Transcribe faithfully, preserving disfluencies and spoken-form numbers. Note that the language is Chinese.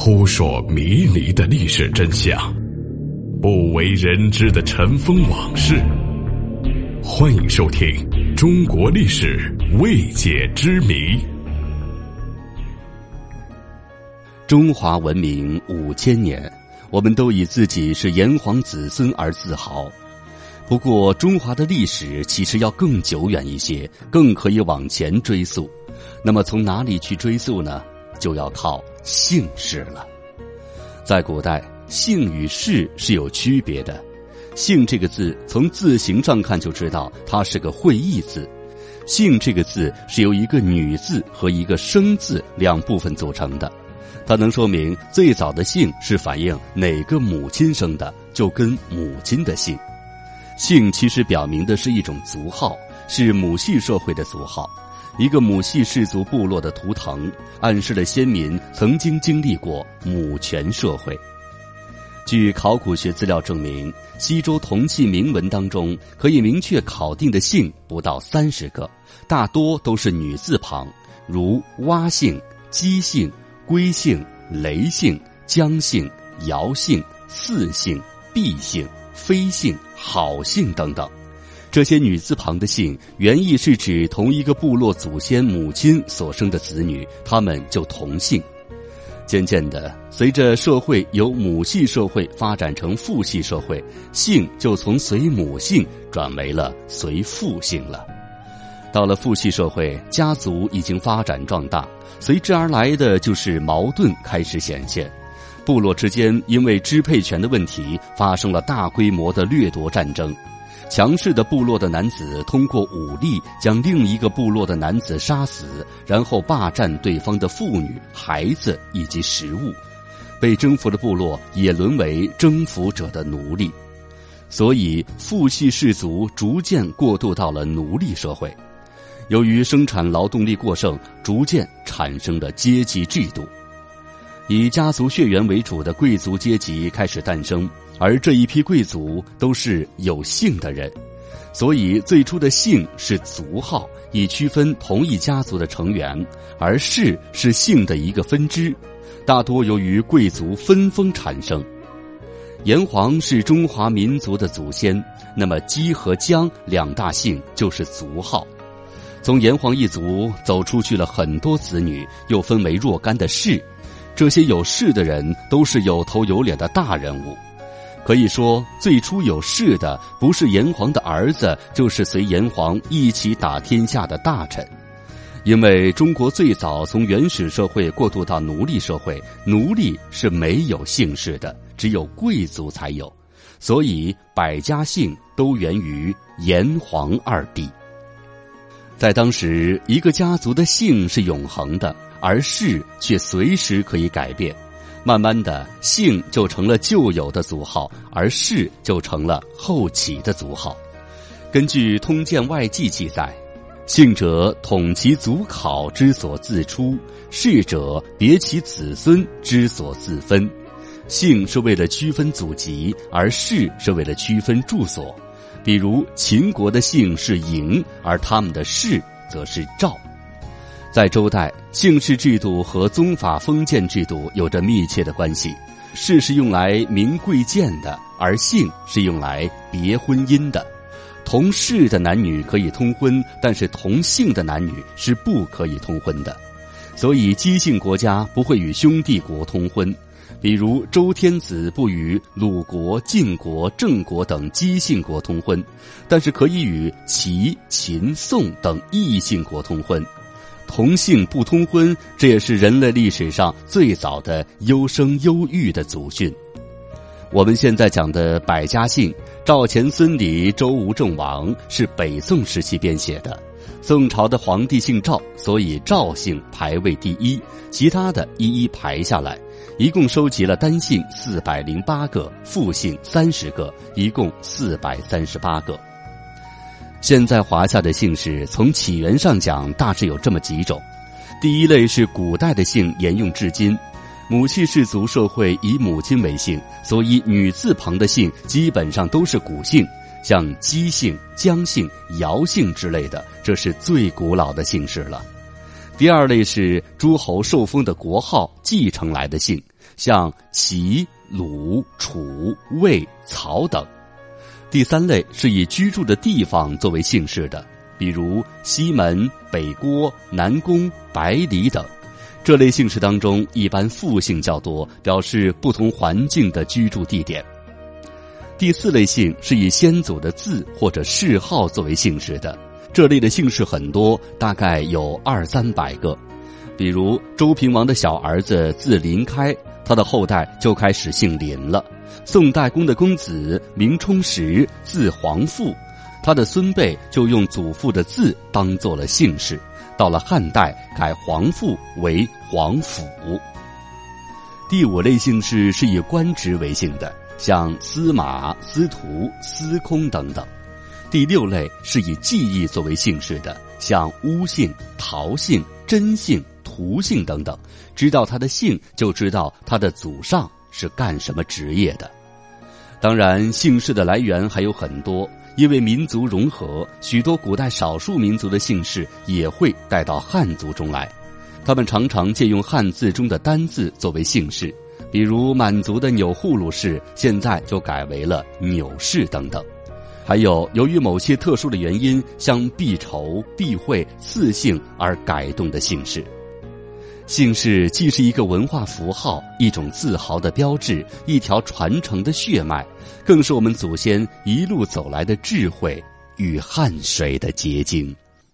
扑朔迷离的历史真相，不为人知的尘封往事。欢迎收听《中国历史未解之谜》。 中华文明五千年，我们都以自己是炎黄子孙而自豪。不过，中华的历史其实要更久远一些，更可以往前追溯。那么，从哪里去追溯呢？就要靠姓氏了。在古代，姓与氏是有区别的。姓这个字，从字形上看就知道它是个会意字。姓这个字是由一个女字和一个生字两部分组成的。它能说明最早的姓是反映哪个母亲生的，就跟母亲的姓。姓其实表明的是一种族号，是母系社会的族号。一个母系氏族部落的图腾，暗示了先民曾经经历过母权社会。据考古学资料证明，西周铜器铭文当中可以明确考定的姓不到三十个，大多都是女字旁，如蛙姓、姬姓、龟姓、雷姓、姜姓、尧姓、姒姓、毕姓、飞姓、好姓等等。这些女字旁的姓原意是指同一个部落祖先母亲所生的子女，他们就同姓。渐渐的，随着社会由母系社会发展成父系社会，姓就从随母姓转为了随父姓了。到了父系社会，家族已经发展壮大，随之而来的就是矛盾开始显现。部落之间因为支配权的问题发生了大规模的掠夺战争。强势的部落的男子通过武力将另一个部落的男子杀死，然后霸占对方的妇女、孩子以及食物。被征服的部落也沦为征服者的奴隶。所以父系氏族逐渐过渡到了奴隶社会。由于生产劳动力过剩，逐渐产生了阶级制度。以家族血缘为主的贵族阶级开始诞生，而这一批贵族都是有姓的人，所以最初的姓是族号，以区分同一家族的成员，而氏是姓的一个分支，大多由于贵族分封产生。炎黄是中华民族的祖先，那么姬和姜两大姓就是族号。从炎黄一族走出去了很多子女，又分为若干的氏。这些有氏的人都是有头有脸的大人物。可以说，最初有氏的不是炎黄的儿子，就是随炎黄一起打天下的大臣。因为中国最早从原始社会过渡到奴隶社会，奴隶是没有姓氏的，只有贵族才有，所以百家姓都源于炎黄二帝。在当时，一个家族的姓是永恒的，而氏却随时可以改变。慢慢的，姓就成了旧有的族号，而氏就成了后起的族号。根据《通鉴外记》记载，姓者统其族考之所自出，氏者别其子孙之所自分。姓是为了区分祖籍，而氏是为了区分住所。比如秦国的姓是嬴，而他们的氏则是赵。在周代，姓氏制度和宗法封建制度有着密切的关系。氏是用来明贵贱的，而姓是用来别婚姻的。同氏的男女可以通婚，但是同姓的男女是不可以通婚的。所以姬姓国家不会与兄弟国通婚。比如周天子不与鲁国、晋国、郑国等姬姓国通婚，但是可以与齐、秦、宋等异姓国通婚。同姓不通婚，这也是人类历史上最早的优生优育的祖训。我们现在讲的百家姓，赵钱孙李周吴郑王是北宋时期编写的。宋朝的皇帝姓赵，所以赵姓排位第一，其他的一一排下来，一共收集了单姓四百零八个，复姓三十个，一共四百三十八个。现在华夏的姓氏从起源上讲大致有这么几种。第一类是古代的姓沿用至今，母系氏族社会以母亲为姓，所以女字旁的姓基本上都是古姓，像姬姓、姜姓、尧姓之类的，这是最古老的姓氏了。 第二类是诸侯受封的国号继承来的姓，像齐、鲁、楚、魏、曹等。第三类是以居住的地方作为姓氏的，比如西门、北郭、南宫、百里等。这类姓氏当中，一般复姓较多，表示不同环境的居住地点。第四类姓是以先祖的字或者谥号作为姓氏的，这类的姓氏很多，大概有二三百个。比如周平王的小儿子字林开，他的后代就开始姓林了。宋代公的公子名充实，字皇父，他的孙辈就用祖父的字当做了姓氏。到了汉代，改皇父为皇甫。第五类姓氏是以官职为姓的，像司马、司徒、司空等等。第六类是以记忆作为姓氏的，像巫姓、陶姓、甄姓、涂姓等等。知道他的姓，就知道他的祖上是干什么职业的。当然，姓氏的来源还有很多，因为民族融合，许多古代少数民族的姓氏也会带到汉族中来。他们常常借用汉字中的单字作为姓氏，比如满族的钮祜禄氏，现在就改为了钮氏等等。还有由于某些特殊的原因，像避仇、避讳、赐姓而改动的姓氏。姓氏既是一个文化符号，一种自豪的标志，一条传承的血脉，更是我们祖先一路走来的智慧与汗水的结晶。